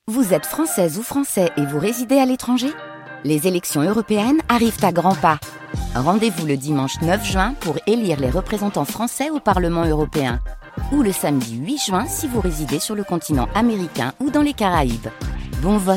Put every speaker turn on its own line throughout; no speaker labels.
Vous êtes française ou français et vous résidez à l'étranger ? Les élections européennes arrivent à grands pas. Rendez-vous le dimanche 9 juin pour élire les représentants français au Parlement européen. Ou le samedi 8 juin si vous résidez sur le continent américain ou dans les Caraïbes. Bon vote!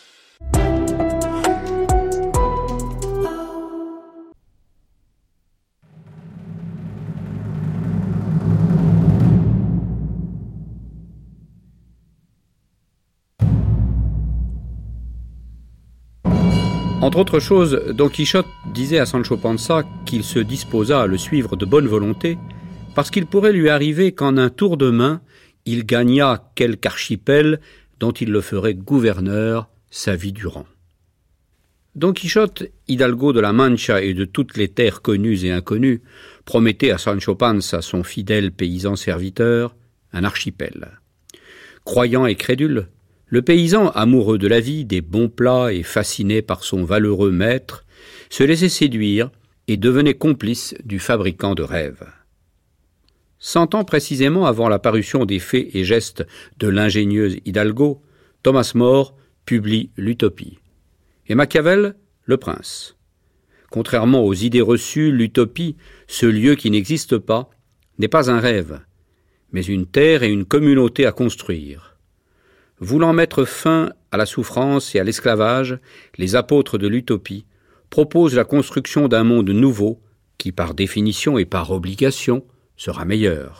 Entre autres choses, Don Quichotte disait à Sancho Panza qu'il se disposa à le suivre de bonne volonté, parce qu'il pourrait lui arriver qu'en un tour de main, il gagnât quelque archipel dont il le ferait gouverneur sa vie durant. Don Quichotte, hidalgo de la Mancha et de toutes les terres connues et inconnues, promettait à Sancho Panza, son fidèle paysan serviteur, un archipel. Croyant et crédule, le paysan, amoureux de la vie, des bons plats et fasciné par son valeureux maître, se laissait séduire et devenait complice du fabricant de rêves. 100 ans précisément avant la parution des faits et gestes de l'ingénieuse Hidalgo, Thomas More publie l'Utopie. Et Machiavel, le Prince. Contrairement aux idées reçues, l'Utopie, ce lieu qui n'existe pas, n'est pas un rêve, mais une terre et une communauté à construire. Voulant mettre fin à la souffrance et à l'esclavage, les apôtres de l'utopie proposent la construction d'un monde nouveau qui, par définition et par obligation, sera meilleur.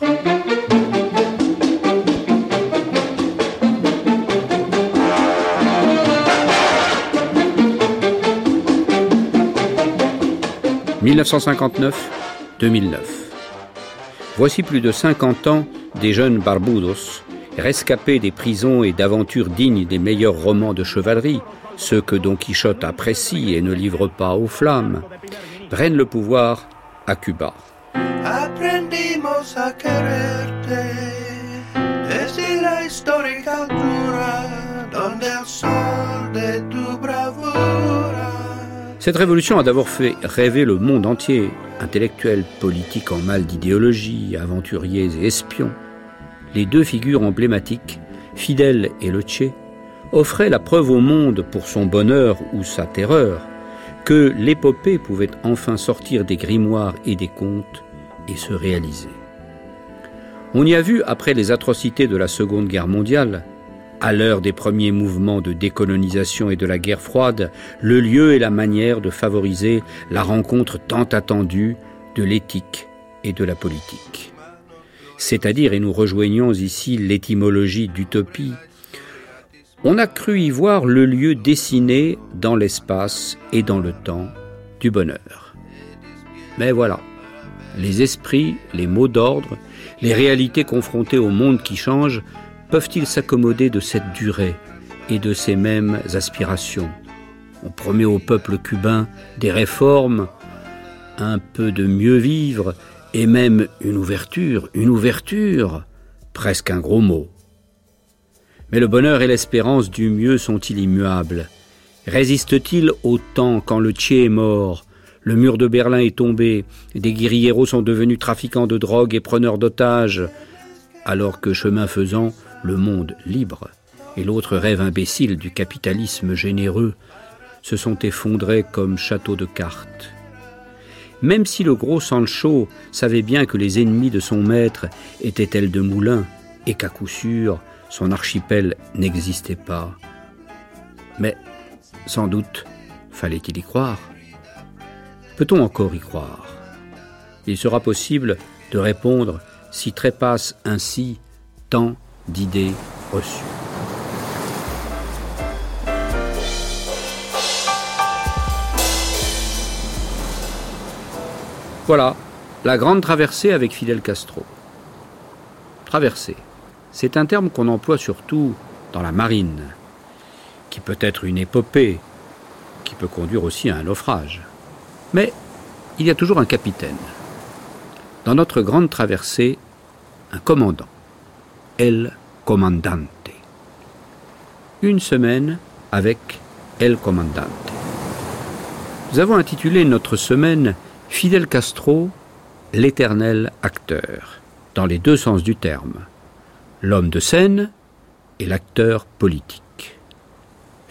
« 1959-2009. Voici plus de 50 ans des jeunes barbudos, rescapés des prisons et d'aventures dignes des meilleurs romans de chevalerie, ceux que Don Quichotte apprécie et ne livre pas aux flammes, prennent le pouvoir à Cuba. Aprendimos a quererte desde la histórica altura donde el sol de tu bravura. Cette révolution a d'abord fait rêver le monde entier, intellectuels, politiques en mal d'idéologie, aventuriers et espions. Les deux figures emblématiques, Fidel et le Che, offraient la preuve au monde, pour son bonheur ou sa terreur, que l'épopée pouvait enfin sortir des grimoires et des contes et se réaliser. On y a vu, après les atrocités de la Seconde Guerre mondiale, à l'heure des premiers mouvements de décolonisation et de la guerre froide, le lieu et la manière de favoriser la rencontre tant attendue de l'éthique et de la politique. C'est-à-dire, et nous rejoignons ici l'étymologie d'utopie, on a cru y voir le lieu dessiné dans l'espace et dans le temps du bonheur. Mais voilà, les esprits, les mots d'ordre, les réalités confrontées au monde qui change, peuvent-ils s'accommoder de cette durée et de ces mêmes aspirations ? On promet au peuple cubain des réformes, un peu de mieux vivre, et même une ouverture, presque un gros mot. Mais le bonheur et l'espérance du mieux sont-ils immuables ? Résistent-ils au temps quand le Che est mort, le mur de Berlin est tombé, des guérilleros sont devenus trafiquants de drogue et preneurs d'otages, alors que chemin faisant, le monde libre et l'autre rêve imbécile du capitalisme généreux se sont effondrés comme châteaux de cartes. Même si le gros Sancho savait bien que les ennemis de son maître étaient ailes de moulin et qu'à coup sûr, son archipel n'existait pas. Mais, sans doute, fallait-il y croire ? Peut-on encore y croire ? Il sera possible de répondre si trépassent ainsi tant d'idées reçues. Voilà, la grande traversée avec Fidel Castro. Traversée, c'est un terme qu'on emploie surtout dans la marine, qui peut être une épopée, qui peut conduire aussi à un naufrage. Mais il y a toujours un capitaine. Dans notre grande traversée, un commandant, El Comandante. Une semaine avec El Comandante. Nous avons intitulé notre semaine Fidel Castro, l'éternel acteur, dans les deux sens du terme, l'homme de scène et l'acteur politique.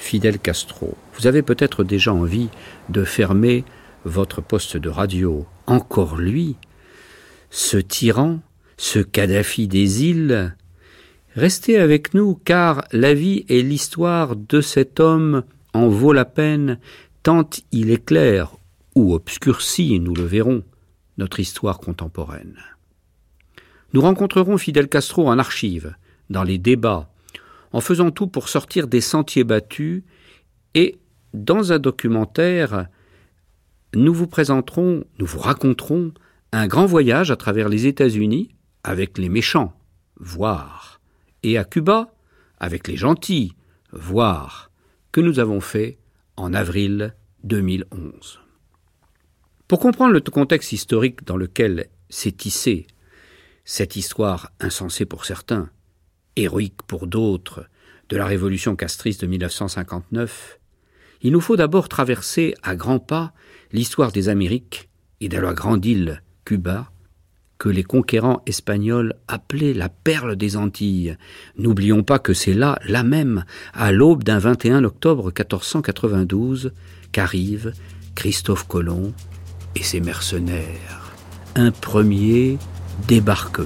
Fidel Castro, vous avez peut-être déjà envie de fermer votre poste de radio. Encore lui, ce tyran, ce Kadhafi des îles. Restez avec nous, car la vie et l'histoire de cet homme en vaut la peine, tant il éclaire, ou obscurcit, nous le verrons, notre histoire contemporaine. Nous rencontrerons Fidel Castro en archives, dans les débats, en faisant tout pour sortir des sentiers battus, et dans un documentaire, nous vous raconterons un grand voyage à travers les États-Unis avec les méchants, voire, et à Cuba avec les gentils, voire, que nous avons fait en avril 2011. Pour comprendre le contexte historique dans lequel s'est tissée cette histoire insensée pour certains, héroïque pour d'autres, de la révolution castriste de 1959, il nous faut d'abord traverser à grands pas l'histoire des Amériques et de la grande île Cuba, que les conquérants espagnols appelaient la perle des Antilles. N'oublions pas que c'est là même, à l'aube d'un 21 octobre 1492, qu'arrive Christophe Colomb et ses mercenaires. Un premier débarquement.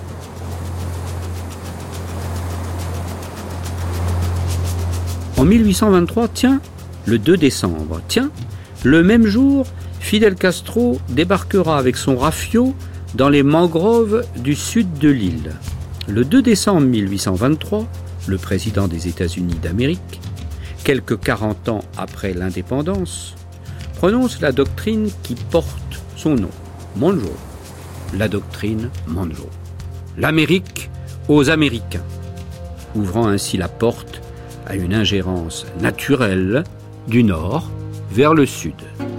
En 1823, le 2 décembre, le même jour, Fidel Castro débarquera avec son rafio dans les mangroves du sud de l'île. Le 2 décembre 1823, le président des États-Unis d'Amérique, quelques 40 ans après l'indépendance, prononce la doctrine qui porte son nom, Monroe. La doctrine Monroe. L'Amérique aux Américains, ouvrant ainsi la porte à une ingérence naturelle du nord vers le sud.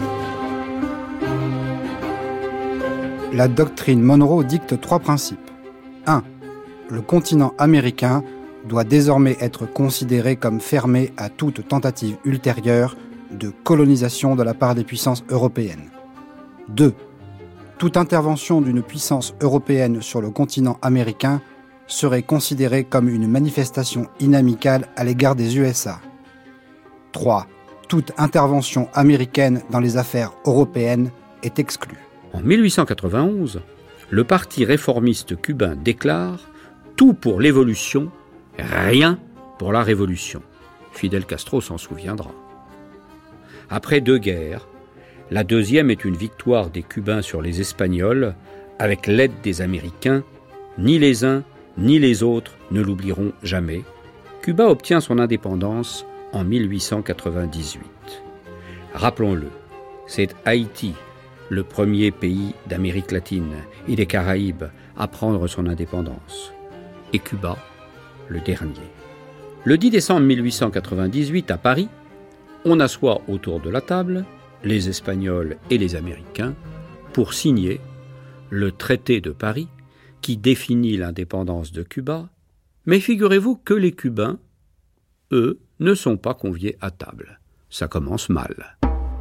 La doctrine Monroe dicte 3 principes. 1. Le continent américain doit désormais être considéré comme fermé à toute tentative ultérieure de colonisation de la part des puissances européennes. 2. Toute intervention d'une puissance européenne sur le continent américain serait considérée comme une manifestation inamicale à l'égard des USA. 3. Toute intervention américaine dans les affaires européennes est exclue.
En 1891, le parti réformiste cubain déclare « Tout pour l'évolution, rien pour la révolution ». Fidel Castro s'en souviendra. Après 2 guerres, la deuxième est une victoire des Cubains sur les Espagnols, avec l'aide des Américains. Ni les uns ni les autres ne l'oublieront jamais. Cuba obtient son indépendance en 1898. Rappelons-le, c'est Haïti, le premier pays d'Amérique latine et des Caraïbes à prendre son indépendance, et Cuba, le dernier. Le 10 décembre 1898, à Paris, on assoit autour de la table les Espagnols et les Américains pour signer le traité de Paris qui définit l'indépendance de Cuba, mais figurez-vous que les Cubains, eux, ne sont pas conviés à table. Ça commence mal.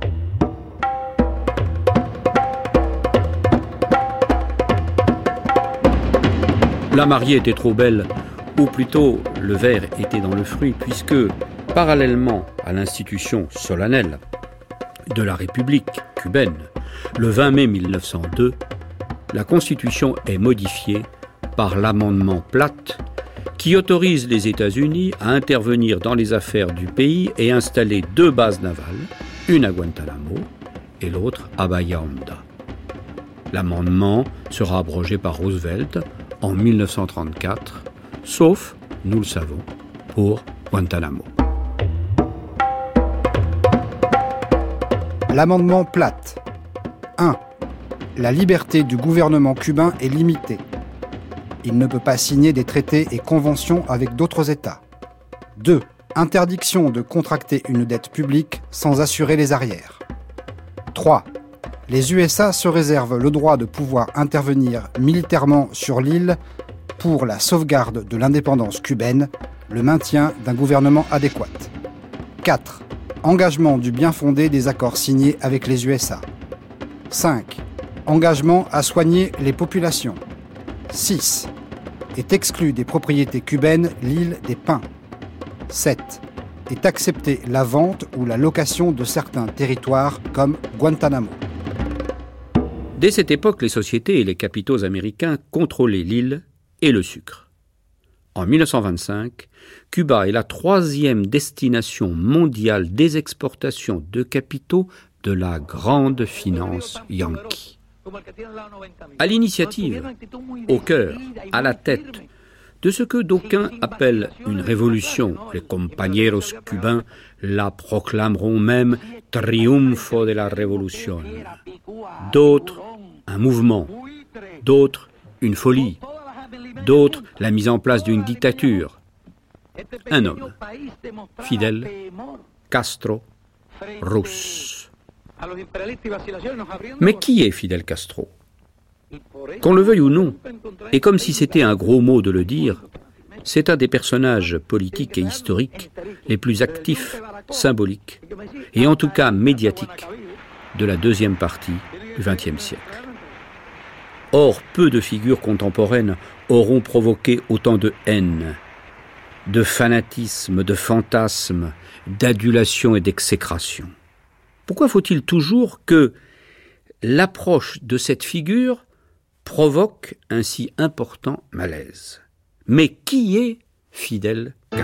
La mariée était trop belle, ou plutôt le verre était dans le fruit, puisque, parallèlement à l'institution solennelle de la République cubaine, le 20 mai 1902, la Constitution est modifiée par l'amendement Platt, qui autorise les États-Unis à intervenir dans les affaires du pays et installer 2 bases navales, une à Guantanamo et l'autre à Bahia Honda. L'amendement sera abrogé par Roosevelt en 1934, sauf, nous le savons, pour Guantanamo.
L'amendement Platt. 1. La liberté du gouvernement cubain est limitée. Il ne peut pas signer des traités et conventions avec d'autres États. 2. Interdiction de contracter une dette publique sans assurer les arrières. 3. Les USA se réservent le droit de pouvoir intervenir militairement sur l'île pour la sauvegarde de l'indépendance cubaine, le maintien d'un gouvernement adéquat. 4. Engagement du bien fondé des accords signés avec les USA. 5. Engagement à soigner les populations. 6. Est exclue des propriétés cubaines l'île des Pins. 7. est acceptée la vente ou la location de certains territoires comme Guantanamo.
Dès cette époque, les sociétés et les capitaux américains contrôlaient l'île et le sucre. En 1925, Cuba est la 3e destination mondiale des exportations de capitaux de la grande finance yankee. À l'initiative, au cœur, à la tête de ce que d'aucuns appellent une révolution, les compañeros cubains la proclameront même « triunfo de la revolución », d'autres un mouvement, d'autres une folie, d'autres la mise en place d'une dictature. Un homme, Fidel Castro Rus. Mais qui est Fidel Castro ? Qu'on le veuille ou non, et comme si c'était un gros mot de le dire, c'est un des personnages politiques et historiques les plus actifs, symboliques, et en tout cas médiatiques, de la deuxième partie du XXe siècle. Or, peu de figures contemporaines auront provoqué autant de haine, de fanatisme, de fantasme, d'adulation et d'exécration. Pourquoi faut-il toujours que l'approche de cette figure provoque un si important malaise ? Mais qui est Fidel Castro ?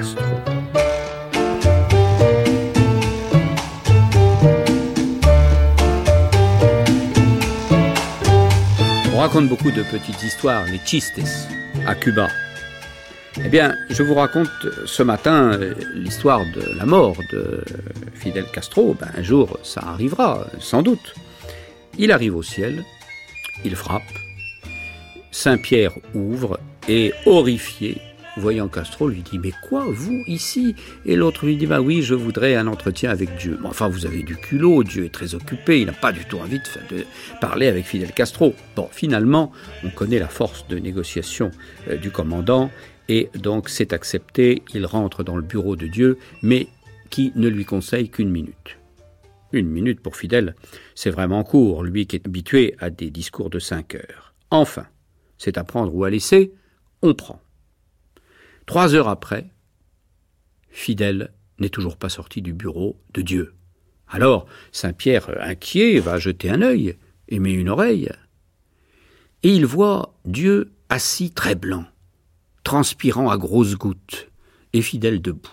On raconte beaucoup de petites histoires, les chistes, à Cuba. Eh bien, je vous raconte ce matin l'histoire de la mort de Fidel Castro. Un jour, ça arrivera, sans doute. Il arrive au ciel, il frappe, Saint-Pierre ouvre et, horrifié, voyant Castro, lui dit « Mais quoi, vous, ici ?» Et l'autre lui dit « Oui, je voudrais un entretien avec Dieu. » Mais enfin, vous avez du culot, Dieu est très occupé, il n'a pas du tout envie de parler avec Fidel Castro. Bon, finalement, on connaît la force de négociation du commandant, et donc c'est accepté, il rentre dans le bureau de Dieu, mais qui ne lui conseille qu'une minute. Une minute pour Fidel, c'est vraiment court, lui qui est habitué à des discours de 5 heures. Enfin, c'est à prendre ou à laisser, on prend. 3 heures après, Fidel n'est toujours pas sorti du bureau de Dieu. Alors, Saint-Pierre, inquiet, va jeter un œil et met une oreille. Et il voit Dieu assis très blanc, transpirant à grosses gouttes, et Fidel debout.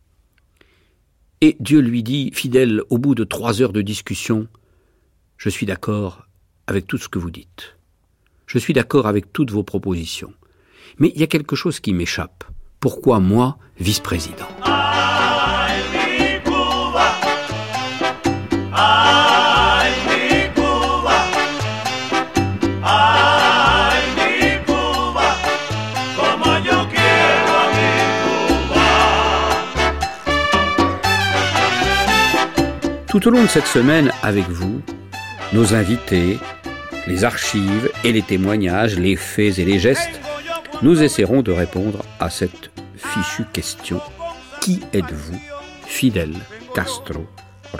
Et Dieu lui dit, Fidel, au bout de 3 heures de discussion, « Je suis d'accord avec tout ce que vous dites. Je suis d'accord avec toutes vos propositions. Mais il y a quelque chose qui m'échappe. Pourquoi moi, vice-président ? » Tout au long de cette semaine, avec vous, nos invités, les archives et les témoignages, les faits et les gestes, nous essaierons de répondre à cette fichue question. Qui êtes-vous, Fidel Castro Rus ?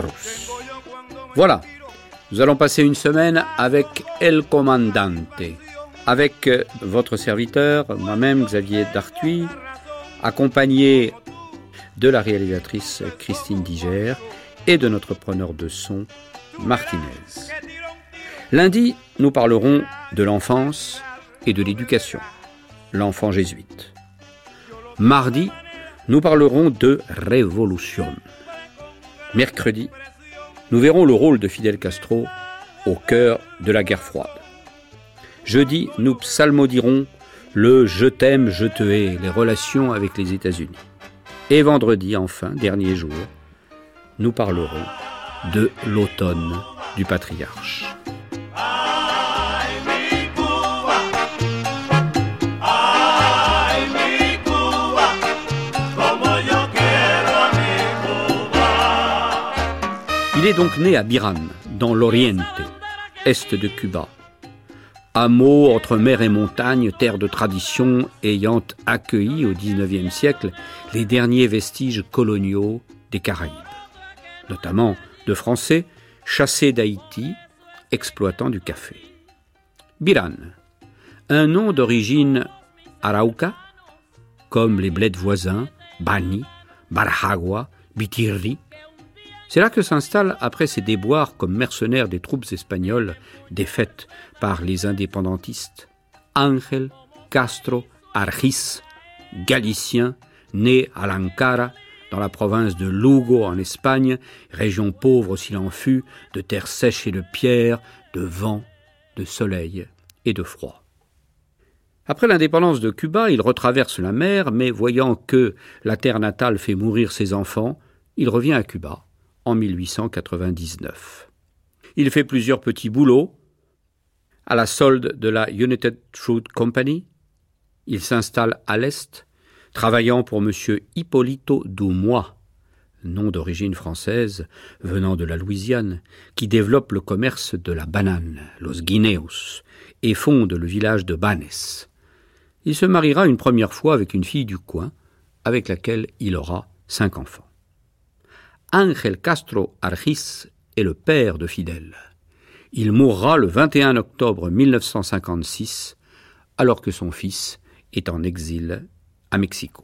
Voilà, nous allons passer une semaine avec El Comandante, avec votre serviteur, moi-même Xavier Dartuy, accompagné de la réalisatrice Christine Diger et de notre preneur de son Martinez. Lundi, nous parlerons de l'enfance et de l'éducation, l'enfant jésuite. Mardi, nous parlerons de révolution. Mercredi, nous verrons le rôle de Fidel Castro au cœur de la guerre froide. Jeudi, nous psalmodierons le « je t'aime, je te hais », les relations avec les États-Unis. Et vendredi, enfin, dernier jour, nous parlerons de l'automne du patriarche. Il est donc né à Biran, dans l'Oriente, est de Cuba. Hameau entre mer et montagne, terre de tradition ayant accueilli au XIXe siècle les derniers vestiges coloniaux des Caraïbes, notamment de Français chassés d'Haïti, exploitant du café. Biran, un nom d'origine arauca, comme les bleds voisins, Bani, Barahagua, Bitirri. C'est là que s'installe, après ses déboires comme mercenaire des troupes espagnoles défaites par les indépendantistes, Ángel Castro Argis, galicien, né à l'Ankara, dans la province de Lugo en Espagne, région pauvre s'il en fut, de terre sèche et de pierre, de vent, de soleil et de froid. Après l'indépendance de Cuba, il retraverse la mer, mais voyant que la terre natale fait mourir ses enfants, il revient à Cuba en 1899. Il fait plusieurs petits boulots à la solde de la United Fruit Company. Il s'installe à l'Est, travaillant pour M. Hipólito Doumois, nom d'origine française venant de la Louisiane, qui développe le commerce de la banane, los guineos, et fonde le village de Banes. Il se mariera une première fois avec une fille du coin, avec laquelle il aura 5 enfants. Ángel Castro Argis est le père de Fidel. Il mourra le 21 octobre 1956, alors que son fils est en exil à Mexico.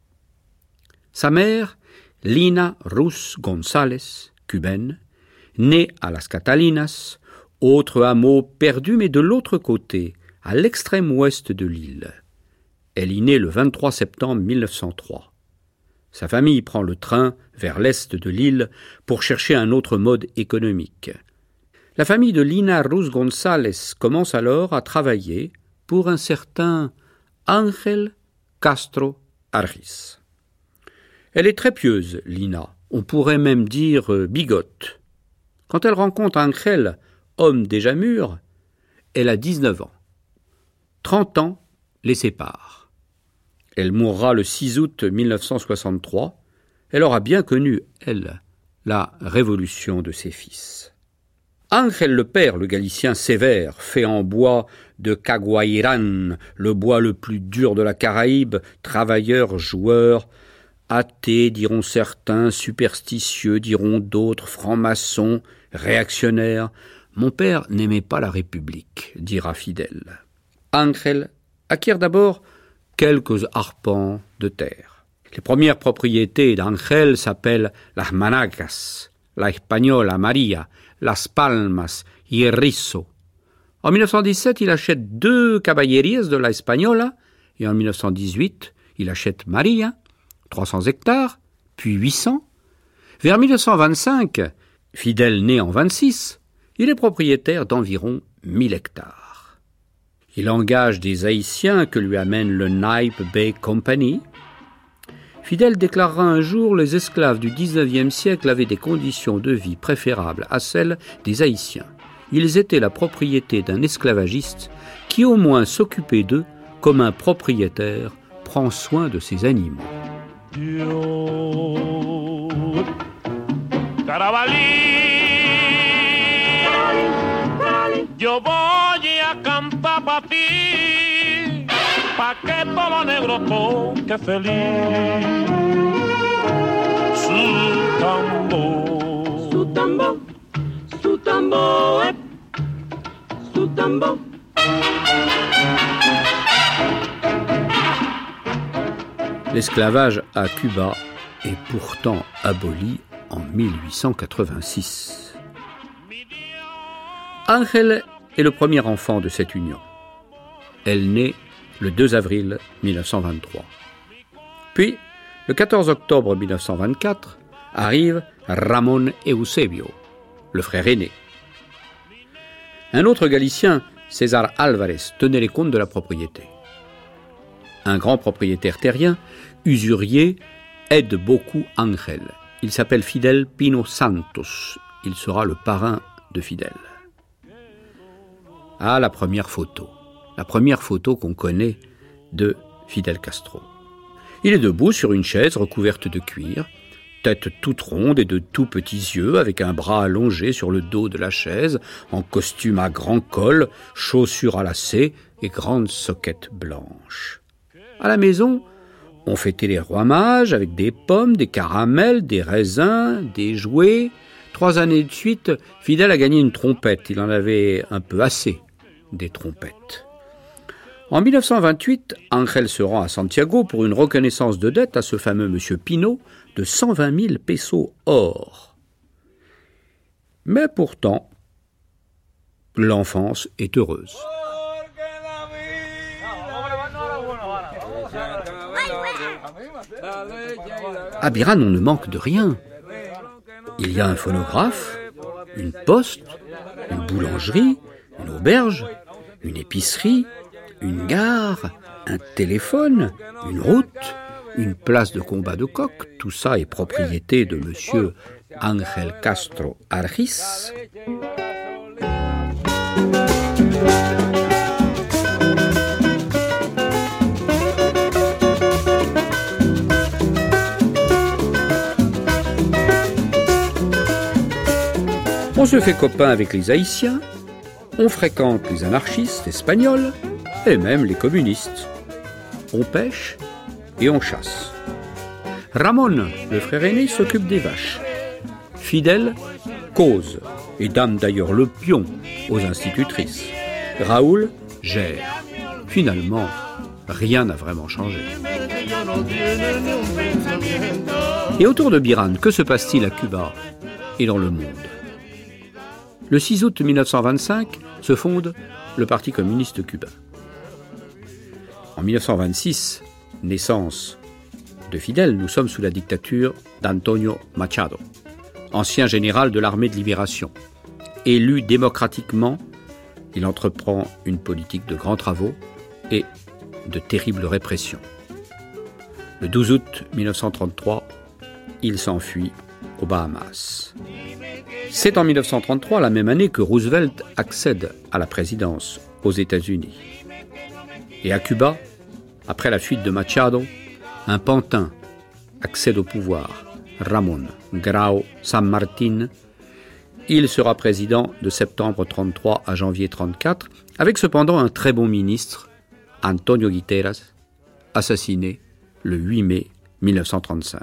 Sa mère, Lina Ruz González, cubaine, née à Las Catalinas, autre hameau perdu mais de l'autre côté, à l'extrême ouest de l'île. Elle y naît le 23 septembre 1903. Sa famille prend le train vers l'est de l'île pour chercher un autre mode économique. La famille de Lina Ruz González commence alors à travailler pour un certain Ángel Castro Argis. Elle est très pieuse, Lina, on pourrait même dire bigote. Quand elle rencontre Ángel, homme déjà mûr, elle a 19 ans. 30 ans les séparent. Elle mourra le 6 août 1963. Elle aura bien connu, elle, la révolution de ses fils. Ángel le père, le galicien sévère, fait en bois de Caguairán, le bois le plus dur de la Caraïbe, travailleur, joueur, athée, diront certains, superstitieux, diront d'autres, franc-maçon, réactionnaire. Mon père n'aimait pas la République, dira Fidel. Ángel acquiert d'abord quelques arpents de terre. Les premières propriétés d'Ángel s'appellent Las Manacas, La Española, María, Las Palmas, Hierrizo. En 1917, il achète 2 caballerías de La Española et en 1918, il achète María, 300 hectares, puis 800. Vers 1925, Fidel né en 26, il est propriétaire d'environ 1000 hectares. Il engage des Haïtiens que lui amène le Naip Bay Company. Fidel déclarera un jour: les esclaves du XIXe siècle avaient des conditions de vie préférables à celles des Haïtiens. Ils étaient la propriété d'un esclavagiste qui au moins s'occupait d'eux comme un propriétaire prend soin de ses animaux.
Yo voy a cantar pa' ti, pa' que todos los negros toquen feliz. Su tambo, su tambo, su tambo, su tambo.
L'esclavage à Cuba est pourtant aboli en 1886. Ángel est le premier enfant de cette union. Elle naît le 2 avril 1923. Puis, le 14 octobre 1924, arrive Ramón Eusebio, le frère aîné. Un autre Galicien, César Álvarez, tenait les comptes de la propriété. Un grand propriétaire terrien, usurier, aide beaucoup Ángel. Il s'appelle Fidel Pino Santos. Il sera le parrain de Fidel. Ah, la première photo qu'on connaît de Fidel Castro. Il est debout sur une chaise recouverte de cuir, tête toute ronde et de tout petits yeux, avec un bras allongé sur le dos de la chaise, en costume à grand col, chaussures à lacets et grandes soquettes blanches. À la maison, on fêtait les rois mages avec des pommes, des caramels, des raisins, des jouets. 3 années de suite, Fidel a gagné une trompette. Il en avait un peu assez des trompettes. En 1928, Ángel se rend à Santiago pour une reconnaissance de dette à ce fameux monsieur Pino de 120 000 pesos or. Mais pourtant, l'enfance est heureuse. À Biran, on ne manque de rien. Il y a un phonographe, une poste, une boulangerie, une auberge, une épicerie, une gare, un téléphone, une route, une place de combat de coq. Tout ça est propriété de monsieur Ángel Castro Argis. On se fait copain avec les Haïtiens, on fréquente les anarchistes espagnols et même les communistes. On pêche et on chasse. Ramon, le frère aîné, s'occupe des vaches. Fidel cause et donne d'ailleurs le pion aux institutrices. Raoul gère. Finalement, rien n'a vraiment changé. Et autour de Biran, que se passe-t-il à Cuba et dans le monde ? Le 6 août 1925 se fonde le Parti communiste cubain. En 1926, naissance de Fidel, nous sommes sous la dictature d'Antonio Machado, ancien général de l'armée de libération. Élu démocratiquement, il entreprend une politique de grands travaux et de terribles répressions. Le 12 août 1933, il s'enfuit aux Bahamas. C'est en 1933, la même année, que Roosevelt accède à la présidence aux États-Unis. Et à Cuba, après la fuite de Machado, un pantin accède au pouvoir, Ramón Grau San Martín. Il sera président de septembre 1933 à janvier 1934, avec cependant un très bon ministre, Antonio Guiteras, assassiné le 8 mai 1935.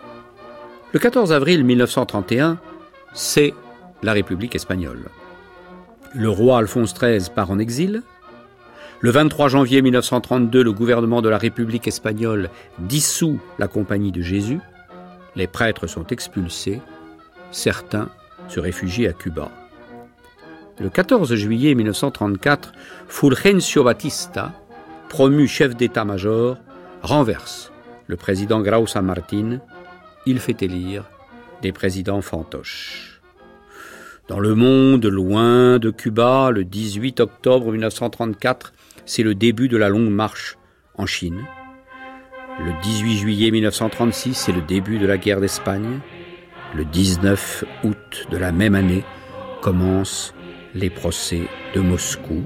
Le 14 avril 1931, c'est la République espagnole. Le roi Alphonse XIII part en exil. Le 23 janvier 1932, le gouvernement de la République espagnole dissout la Compagnie de Jésus. Les prêtres sont expulsés. Certains se réfugient à Cuba. Le 14 juillet 1934, Fulgencio Batista, promu chef d'état-major, renverse le président Grau San Martín. Il fait élire des présidents fantoches. Dans le monde, loin de Cuba, le 18 octobre 1934, c'est le début de la longue marche en Chine. Le 18 juillet 1936, c'est le début de la guerre d'Espagne. Le 19 août de la même année, commencent les procès de Moscou.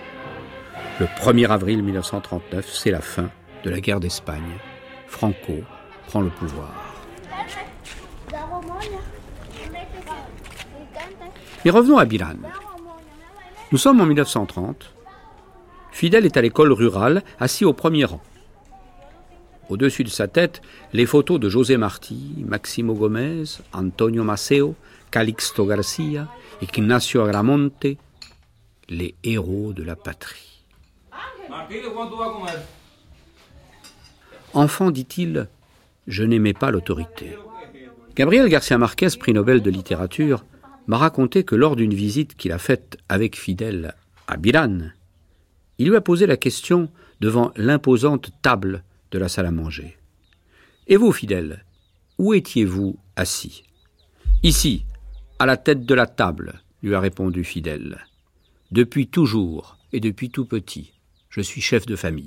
Le 1er avril 1939, c'est la fin de la guerre d'Espagne. Franco prend le pouvoir. Mais revenons à Biran. Nous sommes en 1930. Fidel est à l'école rurale, assis au premier rang. Au-dessus de sa tête, les photos de José Martí, Máximo Gómez, Antonio Maceo, Calixto García, Ignacio Agramonte, les héros de la patrie. Enfant, dit-il, je n'aimais pas l'autorité. Gabriel García Márquez, prix Nobel de littérature, m'a raconté que lors d'une visite qu'il a faite avec Fidel à Biran, il lui a posé la question devant l'imposante table de la salle à manger. « Et vous, Fidel, où étiez-vous assis ?»« Ici, à la tête de la table, » lui a répondu Fidel. « Depuis toujours et depuis tout petit, je suis chef de famille. »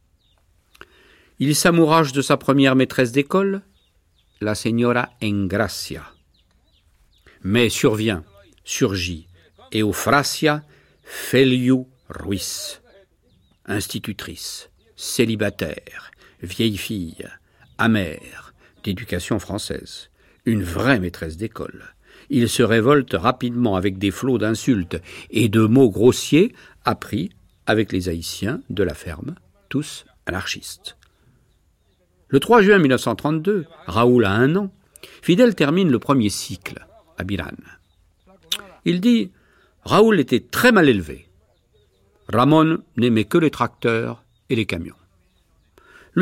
Il s'amourage de sa première maîtresse d'école, la señora Engracia. Mais surgit Eufrasia Feliu Ruiz, institutrice, célibataire, vieille fille, amère, d'éducation française, une vraie maîtresse d'école. Il se révolte rapidement avec des flots d'insultes et de mots grossiers appris avec les Haïtiens de la ferme, tous anarchistes. Le 3 juin 1932, Raoul a 1 an, Fidel termine le premier cycle à Biran. Il dit « Raoul était très mal élevé. Ramón n'aimait que les tracteurs et les camions. »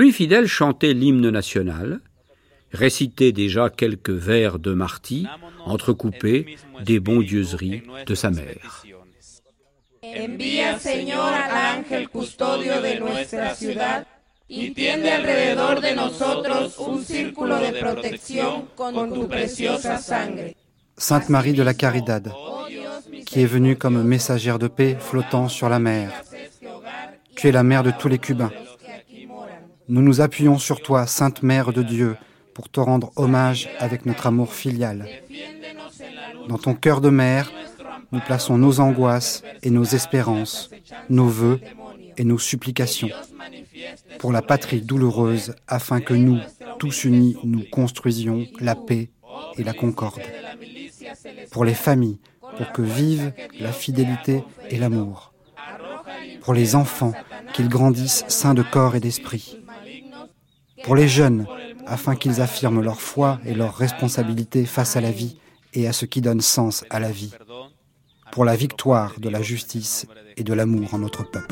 Lui, Fidel, chantait l'hymne national. récitait déjà quelques vers de Martí, entrecoupés des bondieuseries de sa mère.
Envía, Señor, al ángel custodio de nuestra ciudad y tiende alrededor de nosotros un círculo de protección con tu preciosa sangre.
Sainte Marie de la Caridad, qui est venue comme messagère de paix flottant sur la mer. Tu es la mère de tous les Cubains. Nous nous appuyons sur toi, Sainte Mère de Dieu, pour te rendre hommage avec notre amour filial. Dans ton cœur de mère, nous plaçons nos angoisses et nos espérances, nos vœux et nos supplications pour la patrie douloureuse, afin que nous, tous unis, nous construisions la paix et la concorde. Pour les familles, pour que vivent la fidélité et l'amour. Pour les enfants, qu'ils grandissent sains de corps et d'esprit. Pour les jeunes, afin qu'ils affirment leur foi et leur responsabilité face à la vie et à ce qui donne sens à la vie. Pour la victoire de la justice et de l'amour en notre peuple.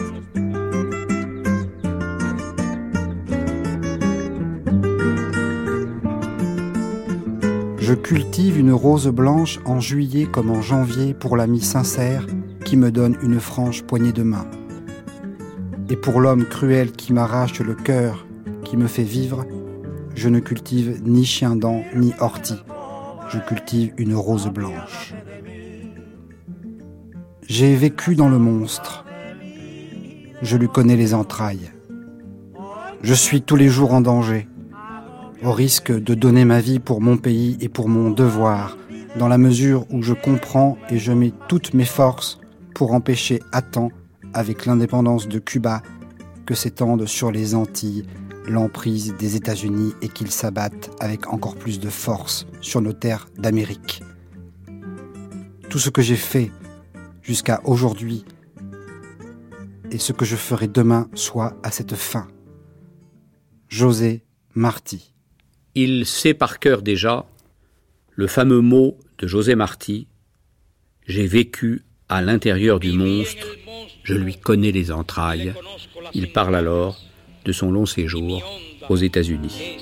Je cultive une rose blanche en juillet comme en janvier pour l'ami sincère qui me donne une franche poignée de main. Et pour l'homme cruel qui m'arrache le cœur, qui me fait vivre, je ne cultive ni chien-dent ni ortie. Je cultive une rose blanche. J'ai vécu dans le monstre. Je lui connais les entrailles. Je suis tous les jours en danger, au risque de donner ma vie pour mon pays et pour mon devoir, dans la mesure où je comprends et je mets toutes mes forces pour empêcher à temps, avec l'indépendance de Cuba, que s'étende sur les Antilles l'emprise des États-Unis et qu'ils s'abattent avec encore plus de force sur nos terres d'Amérique. Tout ce que j'ai fait jusqu'à aujourd'hui et ce que je ferai demain soit à cette fin. José Martí.
Il sait par cœur déjà le fameux mot de José Martí « J'ai vécu à l'intérieur du monstre, je lui connais les entrailles ». Il parle alors de son long séjour aux États-Unis.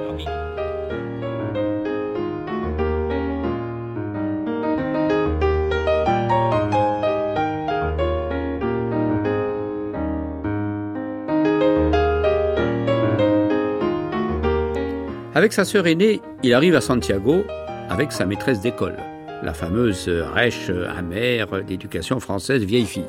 Avec sa sœur aînée, il arrive à Santiago avec sa maîtresse d'école, la fameuse rêche amère d'éducation française vieille fille.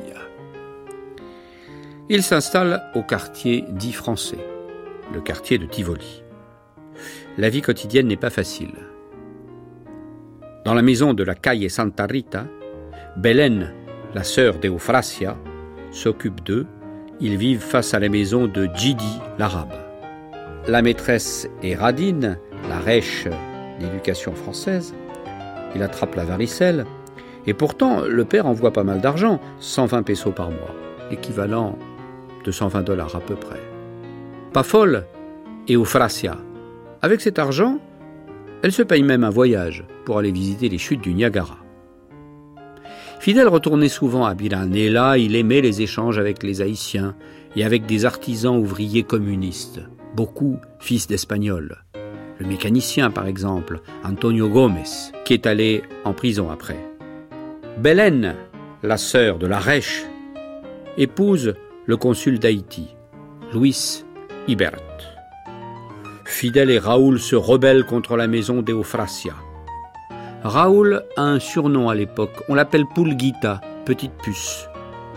Il s'installe au quartier dit français, le quartier de Tivoli. La vie quotidienne n'est pas facile. Dans la maison de la calle Santa Rita, Belén, la sœur d'Eufrasia, s'occupe d'eux. Ils vivent face à la maison de Gidi, l'arabe. La maîtresse est Radine, la rêche d'éducation française. Il attrape la varicelle. Et pourtant, le père envoie pas mal d'argent, 120 pesos par mois, équivalent de $120 à peu près. Pas folle, Eufrasia. Avec cet argent, elle se paye même un voyage pour aller visiter les chutes du Niagara. Fidèle retournait souvent à Biran, et là, il aimait les échanges avec les Haïtiens et avec des artisans ouvriers communistes, beaucoup fils d'Espagnols. Le mécanicien, par exemple, Antonio Gómez, qui est allé en prison après. Belén, la sœur de la rêche, épouse le consul d'Haïti, Luis Ibert. Fidèle et Raoul se rebellent contre la maison d'Eufrasia. Raoul a un surnom à l'époque, on l'appelle Pulguita, petite puce.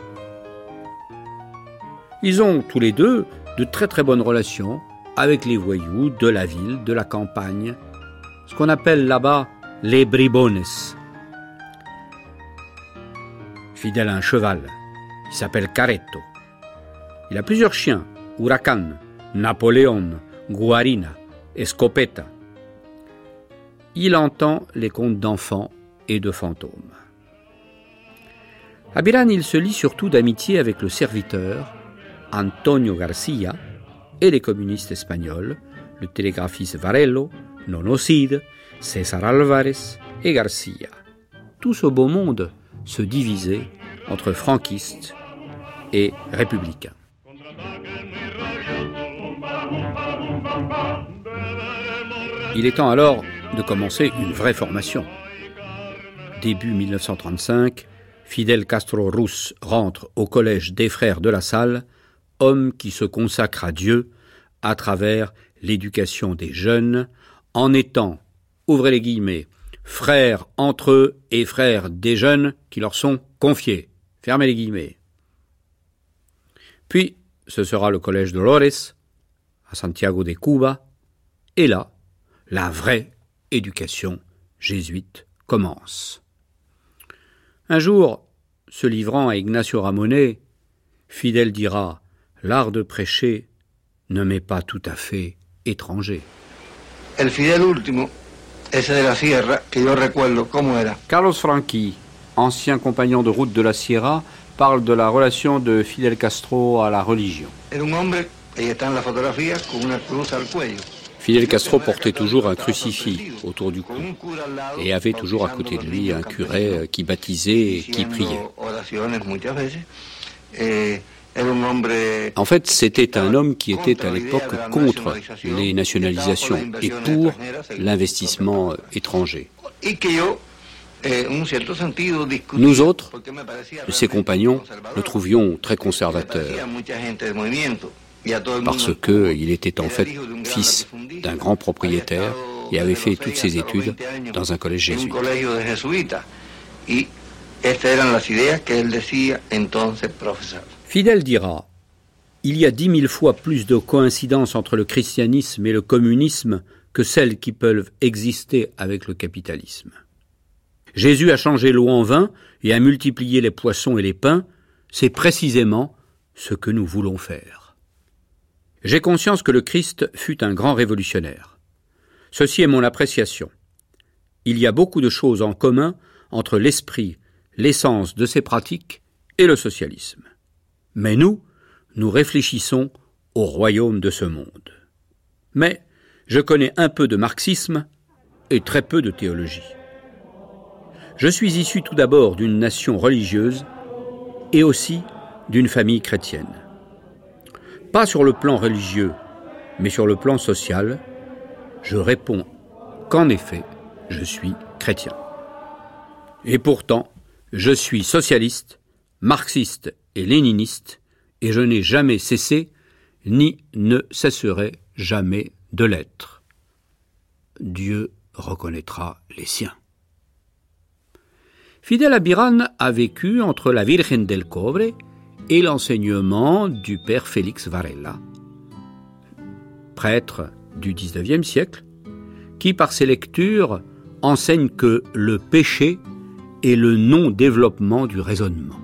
Ils ont tous les deux de très très bonnes relations avec les voyous de la ville, de la campagne, ce qu'on appelle là-bas les bribones. Fidèle a un cheval, il s'appelle Caretto. Il a plusieurs chiens, Huracan, Napoléon, Guarina, Escopeta. Il entend les contes d'enfants et de fantômes. À Biran, il se lie surtout d'amitié avec le serviteur, Antonio Garcia, et les communistes espagnols, le télégraphiste Varelo, Nono Cid, César Álvarez et Garcia. Tout ce beau monde se divisait entre franquistes et républicains. Il est temps alors de commencer une vraie formation. Début 1935, Fidel Castro Ruz rentre au collège des Frères de la Salle, homme qui se consacre à Dieu à travers l'éducation des jeunes, en étant, ouvrez les guillemets, frères entre eux et frères des jeunes qui leur sont confiés. Fermez les guillemets. Puis, ce sera le collège Dolores, à Santiago de Cuba, et là, la vraie éducation jésuite commence. Un jour, se livrant à Ignacio Ramonet, Fidel dira « L'art de prêcher ne m'est pas tout à fait étranger. »
El Fidel último, ese de la Sierra, que yo recuerdo cómo era.
Carlos Franqui, ancien compagnon de route de la Sierra, parle de la relation de Fidel Castro à la religion.
Era un hombre, ahí está en la fotografía, con una cruz al cuello.
Fidel Castro portait toujours un crucifix autour du cou et avait toujours à côté de lui un curé qui baptisait et qui priait. En fait, c'était un homme qui était à l'époque contre les nationalisations et pour l'investissement étranger. Nous autres, ses compagnons, le trouvions très conservateur, parce qu'il était en fait fils d'un grand propriétaire et avait fait toutes ses études dans un collège jésuite. Fidel dira « Il y a 10 000 fois plus de coïncidences entre le christianisme et le communisme que celles qui peuvent exister avec le capitalisme. Jésus a changé l'eau en vin et a multiplié les poissons et les pains, c'est précisément ce que nous voulons faire. J'ai conscience que le Christ fut un grand révolutionnaire. Ceci est mon appréciation. Il y a beaucoup de choses en commun entre l'esprit, l'essence de ses pratiques et le socialisme. Mais nous réfléchissons au royaume de ce monde. Mais je connais un peu de marxisme et très peu de théologie. Je suis issu tout d'abord d'une nation religieuse et aussi d'une famille chrétienne. Pas sur le plan religieux, mais sur le plan social, je réponds qu'en effet, je suis chrétien. Et pourtant, je suis socialiste, marxiste et léniniste, et je n'ai jamais cessé, ni ne cesserai jamais de l'être. Dieu reconnaîtra les siens. Fidel Abiran a vécu entre la Virgen del Cobre et l'enseignement du père Félix Varela, prêtre du XIXe siècle, qui par ses lectures enseigne que le péché est le non-développement du raisonnement.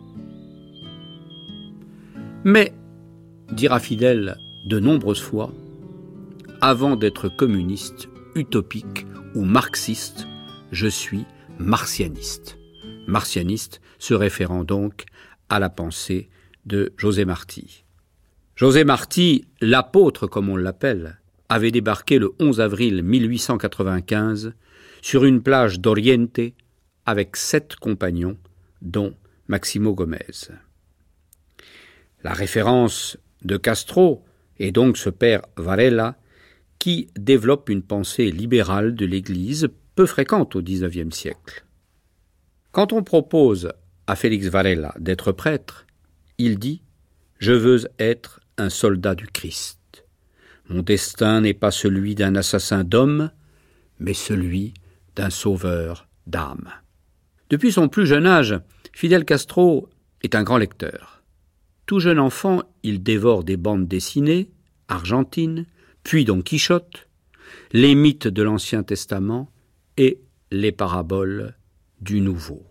Mais, dira Fidel de nombreuses fois, avant d'être communiste, utopique ou marxiste, je suis martianiste. Martianiste se référant donc à la pensée de José Martí. José Martí, l'apôtre comme on l'appelle, avait débarqué le 11 avril 1895 sur une plage d'Oriente avec 7 compagnons, dont Maximo Gómez. La référence de Castro est donc ce père Varela qui développe une pensée libérale de l'Église peu fréquente au XIXe siècle. Quand on propose à Félix Varela d'être prêtre, il dit « Je veux être un soldat du Christ. Mon destin n'est pas celui d'un assassin d'hommes, mais celui d'un sauveur d'âmes. » Depuis son plus jeune âge, Fidel Castro est un grand lecteur. Tout jeune enfant, il dévore des bandes dessinées, argentines, puis Don Quichotte, les mythes de l'Ancien Testament et les paraboles du Nouveau.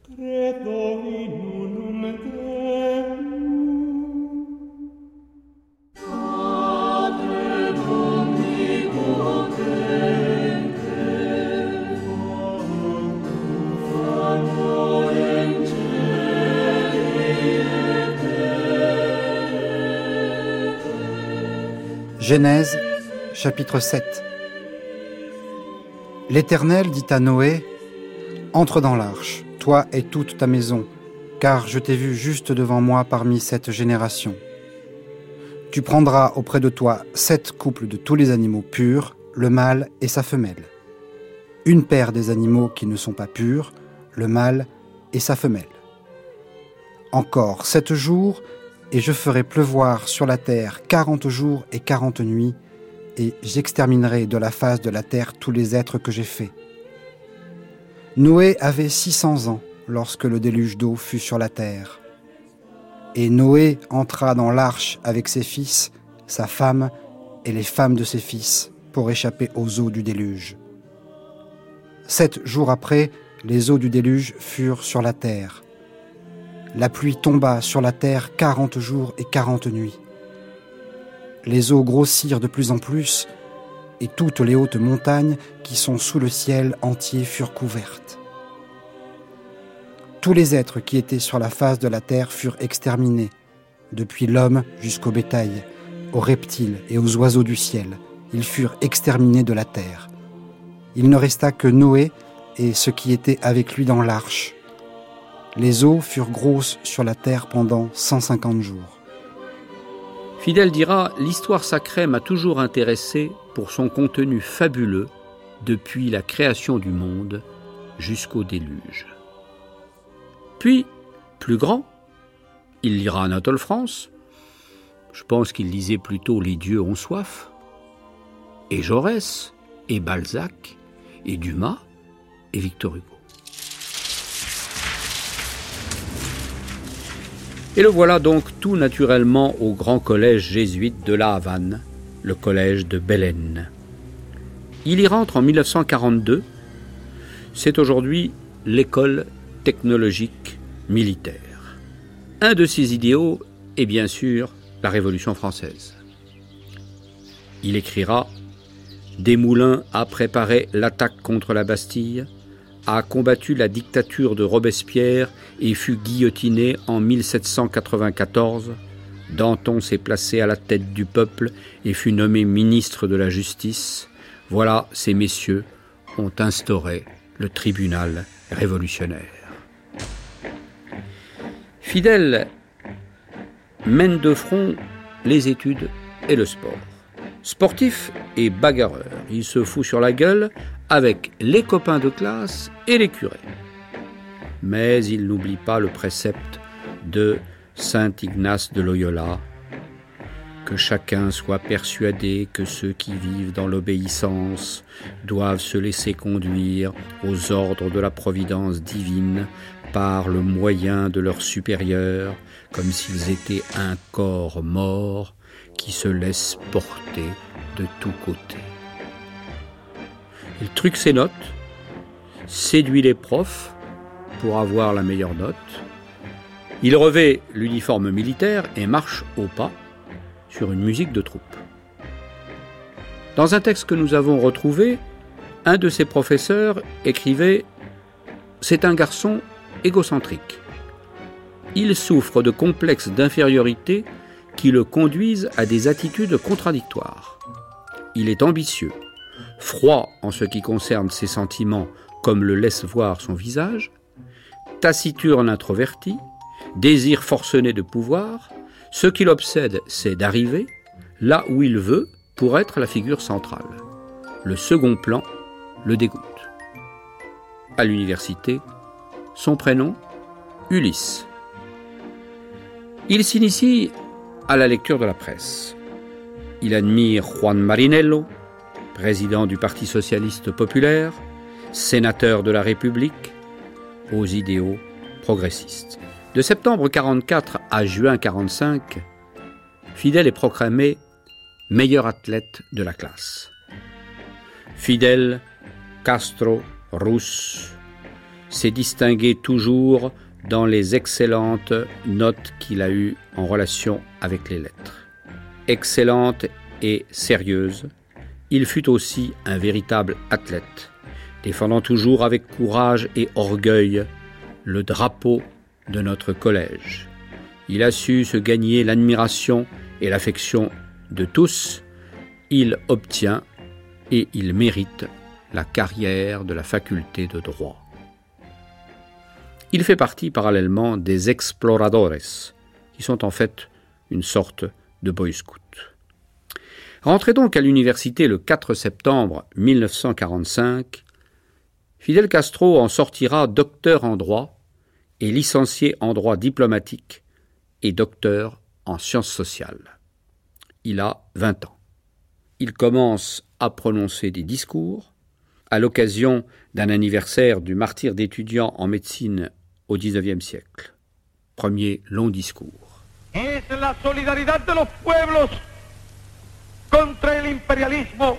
Genèse, chapitre 7. L'Éternel dit à Noé, « Entre dans l'arche, toi et toute ta maison, car je t'ai vu juste devant moi parmi cette génération. Tu prendras auprès de toi 7 couples de tous les animaux purs, le mâle et sa femelle. Une paire des animaux qui ne sont pas purs, le mâle et sa femelle. Encore 7 jours, et je ferai pleuvoir sur la terre 40 jours et 40 nuits, et j'exterminerai de la face de la terre tous les êtres que j'ai faits. Noé avait 600 ans lorsque le déluge d'eau fut sur la terre. Et Noé entra dans l'arche avec ses fils, sa femme et les femmes de ses fils pour échapper aux eaux du déluge. 7 jours après, les eaux du déluge furent sur la terre. La pluie tomba sur la terre 40 jours et 40 nuits. Les eaux grossirent de plus en plus, et toutes les hautes montagnes qui sont sous le ciel entier furent couvertes. Tous les êtres qui étaient sur la face de la terre furent exterminés, depuis l'homme jusqu'au bétail, aux reptiles et aux oiseaux du ciel. Ils furent exterminés de la terre. Il ne resta que Noé et ceux qui étaient avec lui dans l'arche. Les eaux furent grosses sur la terre pendant 150 jours.
Fidèle dira « L'histoire sacrée m'a toujours intéressé pour son contenu fabuleux depuis la création du monde jusqu'au déluge. » Puis, plus grand, il lira Anatole France. Je pense qu'il lisait plutôt « Les dieux ont soif », et Jaurès, et Balzac, et Dumas, et Victor Hugo. Et le voilà donc tout naturellement au grand collège jésuite de la Havane, le collège de Belén. Il y rentre en 1942. C'est aujourd'hui l'école technologique militaire. Un de ses idéaux est bien sûr la Révolution française. Il écrira « Desmoulins a préparé l'attaque contre la Bastille, a combattu la dictature de Robespierre et fut guillotiné en 1794. Danton s'est placé à la tête du peuple et fut nommé ministre de la Justice. Voilà, ces messieurs ont instauré le tribunal révolutionnaire. » Fidèle mène de front les études et le sport. Sportif et bagarreur, il se fout sur la gueule avec les copains de classe et les curés. Mais il n'oublie pas le précepte de saint Ignace de Loyola, que chacun soit persuadé que ceux qui vivent dans l'obéissance doivent se laisser conduire aux ordres de la providence divine par le moyen de leurs supérieurs, comme s'ils étaient un corps mort qui se laisse porter de tous côtés. Il truque ses notes, séduit les profs pour avoir la meilleure note. Il revêt l'uniforme militaire et marche au pas sur une musique de troupe. Dans un texte que nous avons retrouvé, un de ses professeurs écrivait « C'est un garçon égocentrique. Il souffre de complexes d'infériorité qui le conduisent à des attitudes contradictoires. Il est ambitieux, froid en ce qui concerne ses sentiments comme le laisse voir son visage, taciturne introverti, désir forcené de pouvoir. Ce qui l'obsède, c'est d'arriver là où il veut pour être la figure centrale. Le second plan le dégoûte. » À l'université, son prénom, Ulysse. Il s'initie à la lecture de la presse. Il admire Juan Marinello, président du Parti socialiste populaire, sénateur de la République, aux idéaux progressistes. De septembre 1944 à juin 1945, Fidèle est proclamé meilleur athlète de la classe. Fidel Castro Ruz s'est distingué toujours dans les excellentes notes qu'il a eues en relation avec les lettres. Excellente et sérieuse, il fut aussi un véritable athlète, défendant toujours avec courage et orgueil le drapeau de notre collège. Il a su se gagner l'admiration et l'affection de tous. Il obtient et il mérite la carrière de la faculté de droit. Il fait partie parallèlement des exploradores, qui sont en fait une sorte de boy scout. Rentré donc à l'université le 4 septembre 1945, Fidel Castro en sortira docteur en droit et licencié en droit diplomatique et docteur en sciences sociales. Il a 20 ans. Il commence à prononcer des discours à l'occasion d'un anniversaire du martyre d'étudiants en médecine au XIXe siècle. Premier long discours.
Es la solidaridad de los pueblos contra el imperialismo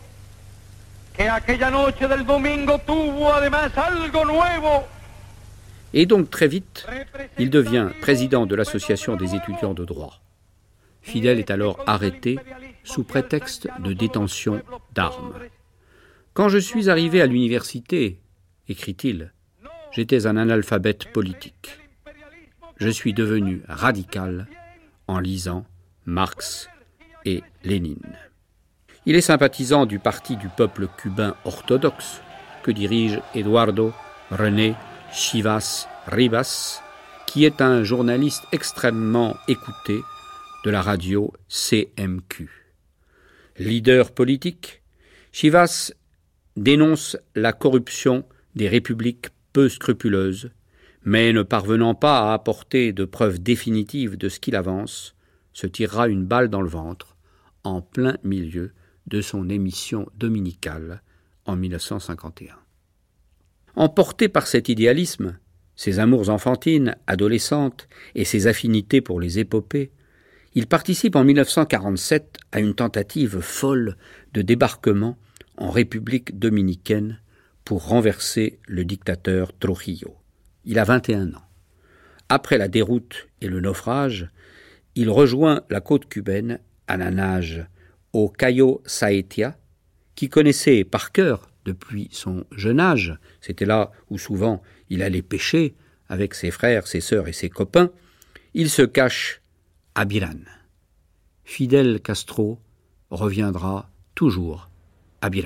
que aquella noche del domingo tuvo además algo nuevo.
Et donc très vite, il devient président de l'association des étudiants de droit. Fidel est alors arrêté sous prétexte de détention d'armes. Quand je suis arrivé à l'université, écrit-il, j'étais un analphabète politique. Je suis devenu radical en lisant Marx et Lénine. Il est sympathisant du Parti du peuple cubain orthodoxe que dirige Eduardo René Chivas Rivas, qui est un journaliste extrêmement écouté de la radio CMQ. Leader politique, Chivas dénonce la corruption des républiques peu scrupuleuses, mais ne parvenant pas à apporter de preuves définitives de ce qu'il avance, se tirera une balle dans le ventre en plein milieu de son émission dominicale en 1951. Emporté par cet idéalisme, ses amours enfantines, adolescentes et ses affinités pour les épopées, il participe en 1947 à une tentative folle de débarquement en République dominicaine pour renverser le dictateur Trujillo. Il a 21 ans. Après la déroute et le naufrage, il rejoint la côte cubaine à la nage au Cayo Saetia, qui connaissait par cœur depuis son jeune âge. C'était là où souvent il allait pêcher avec ses frères, ses sœurs et ses copains. Il se cache à Biran. Fidel Castro reviendra toujours à Biran.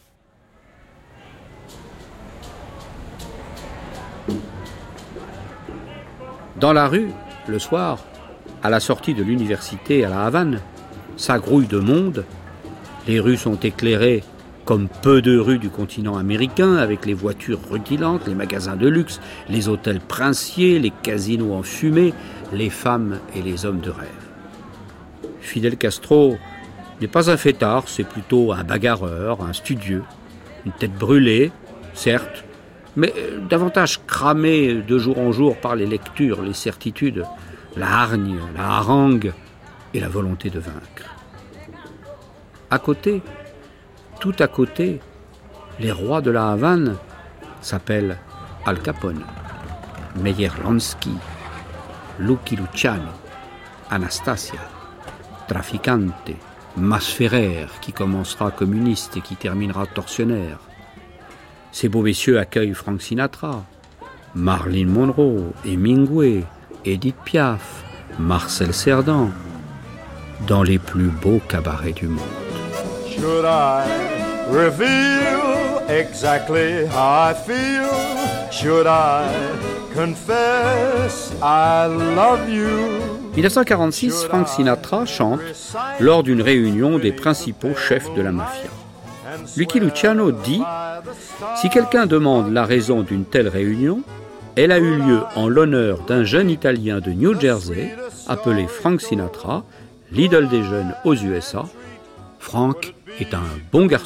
Dans la rue, le soir, à la sortie de l'université à La Havane, ça grouille de monde. Les rues sont éclairées comme peu de rues du continent américain, avec les voitures rutilantes, les magasins de luxe, les hôtels princiers, les casinos en fumée, les femmes et les hommes de rêve. Fidel Castro n'est pas un fêtard, c'est plutôt un bagarreur, un studieux, une tête brûlée, certes, mais davantage cramé de jour en jour par les lectures, les certitudes, la hargne, la harangue et la volonté de vaincre. À côté, tout à côté, les rois de la Havane s'appellent Al Capone, Meyer Lansky, Lucky Luciano, Anastasia, Traficante, Masferrer, qui commencera communiste et qui terminera tortionnaire. Ces beaux messieurs accueillent Frank Sinatra, Marilyn Monroe, Hemingway, Edith Piaf, Marcel Cerdan, dans les plus beaux cabarets du monde.
Should I reveal exactly how I feel? Should I confess I love you?
1946, Frank Sinatra chante lors d'une réunion des principaux chefs de la mafia. Lucky Luciano dit « Si quelqu'un demande la raison d'une telle réunion, elle a eu lieu en l'honneur d'un jeune Italien de New Jersey appelé Frank Sinatra, l'idole des jeunes aux USA. Frank est un bon garçon. »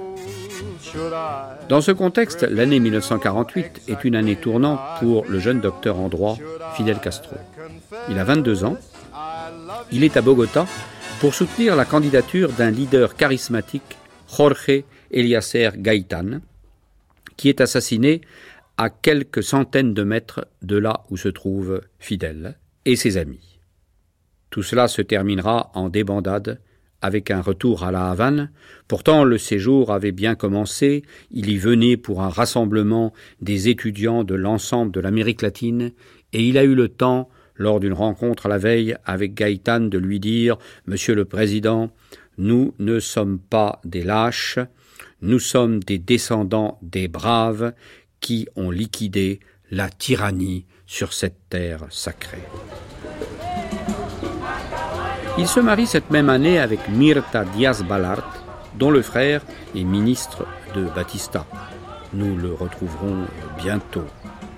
Dans ce contexte, l'année 1948 est une année tournante pour le jeune docteur en droit Fidel Castro. Il a 22 ans. Il est à Bogota pour soutenir la candidature d'un leader charismatique, Jorge Eliezer Gaitán, qui est assassiné à quelques centaines de mètres de là où se trouve Fidel et ses amis. Tout cela se terminera en débandade avec un retour à La Havane. Pourtant, le séjour avait bien commencé. Il y venait pour un rassemblement des étudiants de l'ensemble de l'Amérique latine et il a eu le temps, lors d'une rencontre la veille avec Gaitán, de lui dire « Monsieur le Président, nous ne sommes pas des lâches, nous sommes des descendants des braves qui ont liquidé la tyrannie sur cette terre sacrée. » Il se marie cette même année avec Mirta Díaz-Balart, dont le frère est ministre de Batista. Nous le retrouverons bientôt.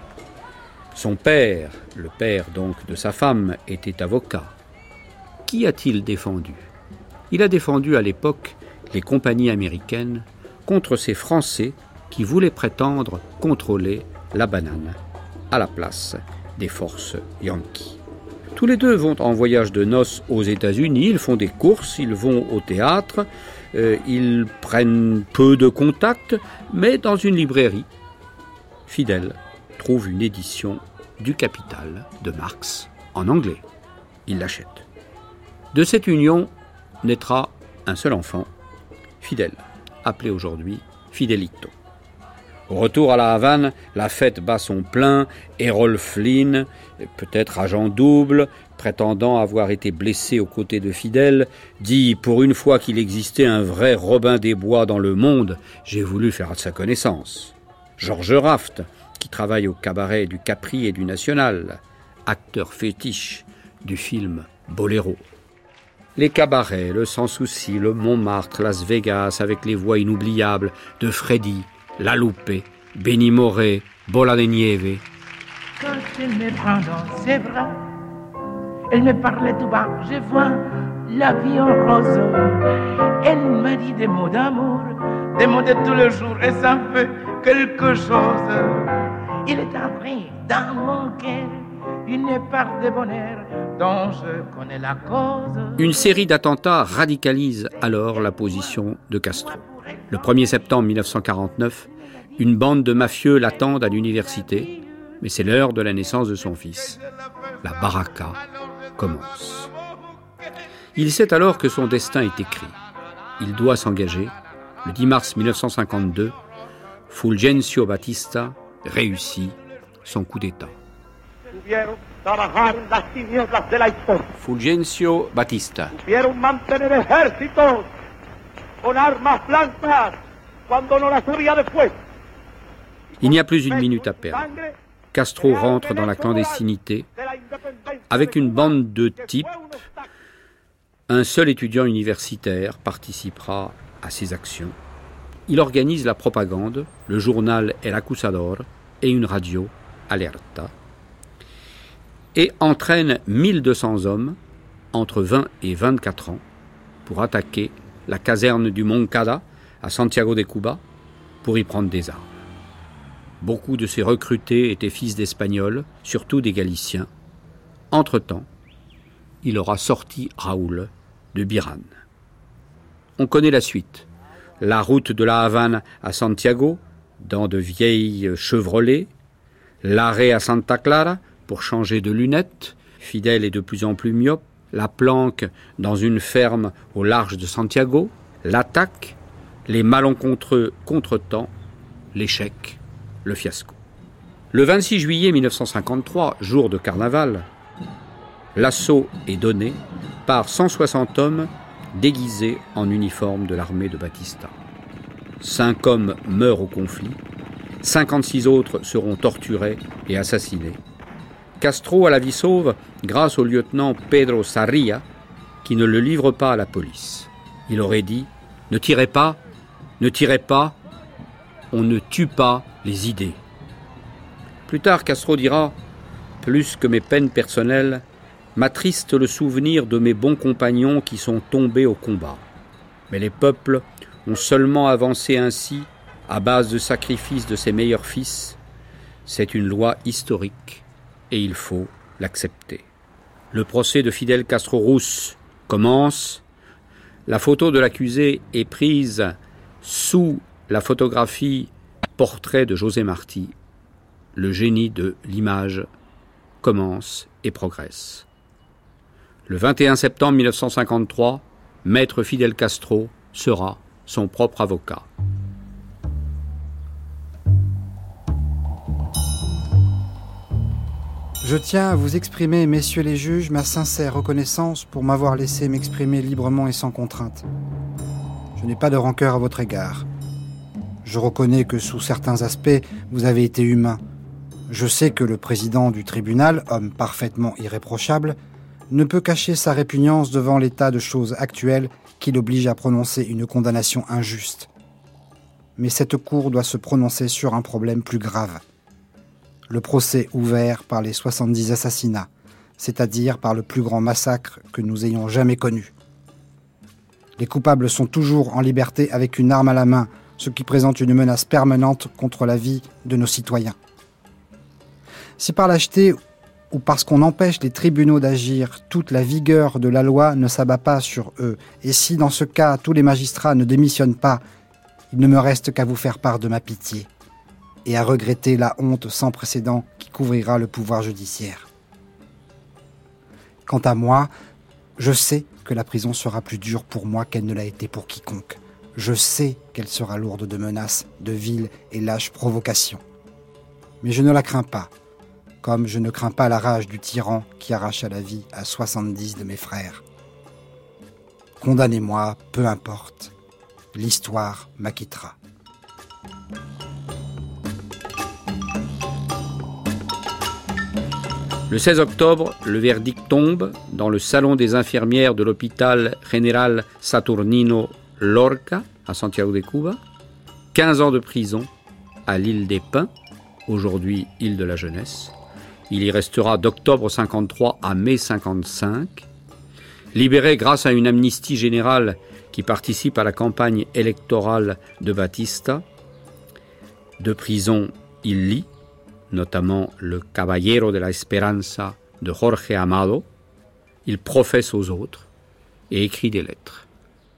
Son père, le père donc de sa femme, était avocat. Qui a-t-il défendu ? Il a défendu à l'époque les compagnies américaines contre ces Français qui voulaient prétendre contrôler la banane à la place des forces yankees. Tous les deux vont en voyage de noces aux États-Unis, ils font des courses, ils vont au théâtre, ils prennent peu de contacts, mais dans une librairie, Fidel trouve une édition du Capital de Marx en anglais. Il l'achète. De cette union naîtra un seul enfant, Fidel, appelé aujourd'hui Fidelito. Au retour à la Havane, la fête bat son plein, Errol Flynn, peut-être agent double, prétendant avoir été blessé aux côtés de Fidel, dit pour une fois qu'il existait un vrai Robin des Bois dans le monde, j'ai voulu faire sa connaissance. Georges Raft, qui travaille au cabaret du Capri et du National, acteur fétiche du film Boléro. Les cabarets, le Sans Souci, le Montmartre, Las Vegas, avec les voix inoubliables de Freddy, La Lupe, Benny Moré, Bola de Nieve.
Quand elle me prend dans ses bras, elle me parlait tout bas, je vois la vie en rose. Elle m'a dit des mots d'amour, des mots de tous les jours, et ça fait quelque chose. Il est entré dans mon cœur une part de bonheur dont je connais la cause.
Une série d'attentats radicalise alors la position de Castro. Le 1er septembre 1949, une bande de mafieux l'attendent à l'université, mais c'est l'heure de la naissance de son fils. La baraka commence. Il sait alors que son destin est écrit. Il doit s'engager. Le 10 mars 1952, Fulgencio Batista réussit son coup d'État. Fulgencio Batista. Il n'y a plus une minute à perdre. Castro rentre dans la clandestinité avec une bande de types. Un seul étudiant universitaire participera à ses actions. Il organise la propagande, le journal El Acusador et une radio, Alerta, et entraîne 1200 hommes entre 20 et 24 ans pour attaquer la caserne du Moncada à Santiago de Cuba pour y prendre des armes. Beaucoup de ces recrutés étaient fils d'Espagnols, surtout des Galiciens. Entre-temps, il aura sorti Raoul de Biran. On connaît la suite. La route de la Havane à Santiago, dans de vieilles Chevrolet, l'arrêt à Santa Clara pour changer de lunettes, Fidel est de plus en plus myope, la planque dans une ferme au large de Santiago, l'attaque, les malencontreux contretemps, l'échec, le fiasco. Le 26 juillet 1953, jour de carnaval, l'assaut est donné par 160 hommes déguisés en uniforme de l'armée de Batista. 5 hommes meurent au conflit, 56 autres seront torturés et assassinés. Castro a la vie sauve grâce au lieutenant Pedro Sarria, qui ne le livre pas à la police. Il aurait dit « Ne tirez pas, on ne tue pas les idées ». Plus tard, Castro dira « Plus que mes peines personnelles, m'attriste le souvenir de mes bons compagnons qui sont tombés au combat. Mais les peuples ont seulement avancé ainsi à base de sacrifices de ses meilleurs fils. C'est une loi historique et il faut l'accepter. » Le procès de Fidel Castro Ruz commence. La photo de l'accusé est prise sous la photographie Portrait de José Martí. Le génie de l'image commence et progresse. Le 21 septembre 1953, Maître Fidel Castro sera son propre avocat.
Je tiens à vous exprimer, messieurs les juges, ma sincère reconnaissance pour m'avoir laissé m'exprimer librement et sans contrainte. Je n'ai pas de rancœur à votre égard. Je reconnais que sous certains aspects, vous avez été humain. Je sais que le président du tribunal, homme parfaitement irréprochable, ne peut cacher sa répugnance devant l'état de choses actuel qui l'oblige à prononcer une condamnation injuste. Mais cette cour doit se prononcer sur un problème plus grave. Le procès ouvert par les 70 assassinats, c'est-à-dire par le plus grand massacre que nous ayons jamais connu. Les coupables sont toujours en liberté avec une arme à la main, ce qui présente une menace permanente contre la vie de nos citoyens. Si par lâcheté ou parce qu'on empêche les tribunaux d'agir, toute la vigueur de la loi ne s'abat pas sur eux, et si dans ce cas tous les magistrats ne démissionnent pas, il ne me reste qu'à vous faire part de ma pitié et à regretter la honte sans précédent qui couvrira le pouvoir judiciaire. Quant à moi, je sais que la prison sera plus dure pour moi qu'elle ne l'a été pour quiconque. Je sais qu'elle sera lourde de menaces, de viles et lâches provocations. Mais je ne la crains pas, comme je ne crains pas la rage du tyran qui arracha la vie à 70 de mes frères. Condamnez-moi, peu importe. L'histoire m'acquittera.
Le 16 octobre, le verdict tombe dans le salon des infirmières de l'hôpital General Saturnino Lorca, à Santiago de Cuba. 15 ans de prison à l'île des Pins, aujourd'hui île de la Jeunesse. Il y restera d'octobre 53 à mai 55. Libéré grâce à une amnistie générale qui participe à la campagne électorale de Batista. De prison, il lit, notamment le Caballero de la Esperanza de Jorge Amado. Il professe aux autres et écrit des lettres.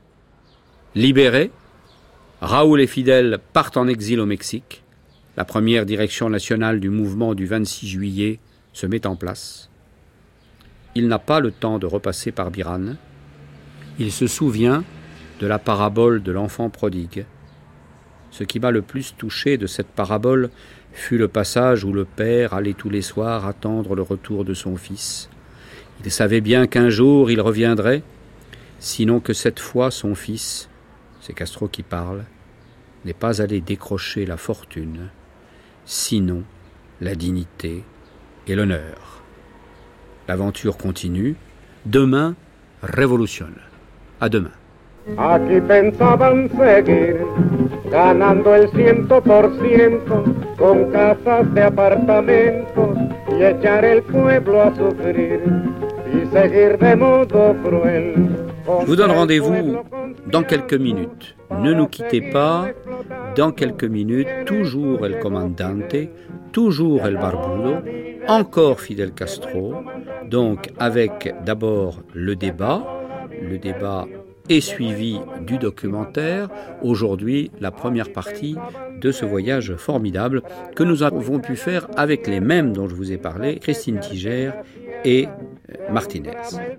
Libéré, Raoul et Fidel partent en exil au Mexique. La première direction nationale du mouvement du 26 juillet se met en place. Il n'a pas le temps de repasser par Biran. Il se souvient de la parabole de l'enfant prodigue. Ce qui m'a le plus touché de cette parabole fut le passage où le père allait tous les soirs attendre le retour de son fils. Il savait bien qu'un jour il reviendrait, sinon que cette fois son fils, c'est Castro qui parle, n'est pas allé décrocher la fortune, sinon la dignité et l'honneur. L'aventure continue. Demain révolutionne. À demain.
Aquí pensaban seguir, ganando el 100%, con casas de apartamentos, y echar el pueblo a sufrir, y seguir de modo cruel.
Je vous donne rendez-vous dans quelques minutes. Ne nous quittez pas. Dans quelques minutes, toujours El Comandante, toujours El Barbudo, encore Fidel Castro. Donc avec d'abord le débat est suivi du documentaire. Aujourd'hui, la première partie de ce voyage formidable que nous avons pu faire avec les mêmes dont je vous ai parlé, Christine Tiger et Martinez.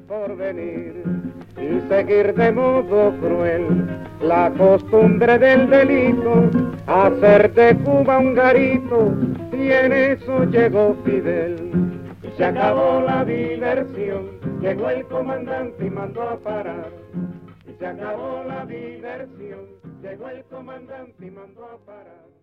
Y seguir de modo cruel la costumbre del delito, hacer de Cuba un garito, y en eso llegó Fidel. Se acabó la diversión, llegó el comandante y mandó a parar. Y se acabó la diversión, llegó el comandante y mandó a parar.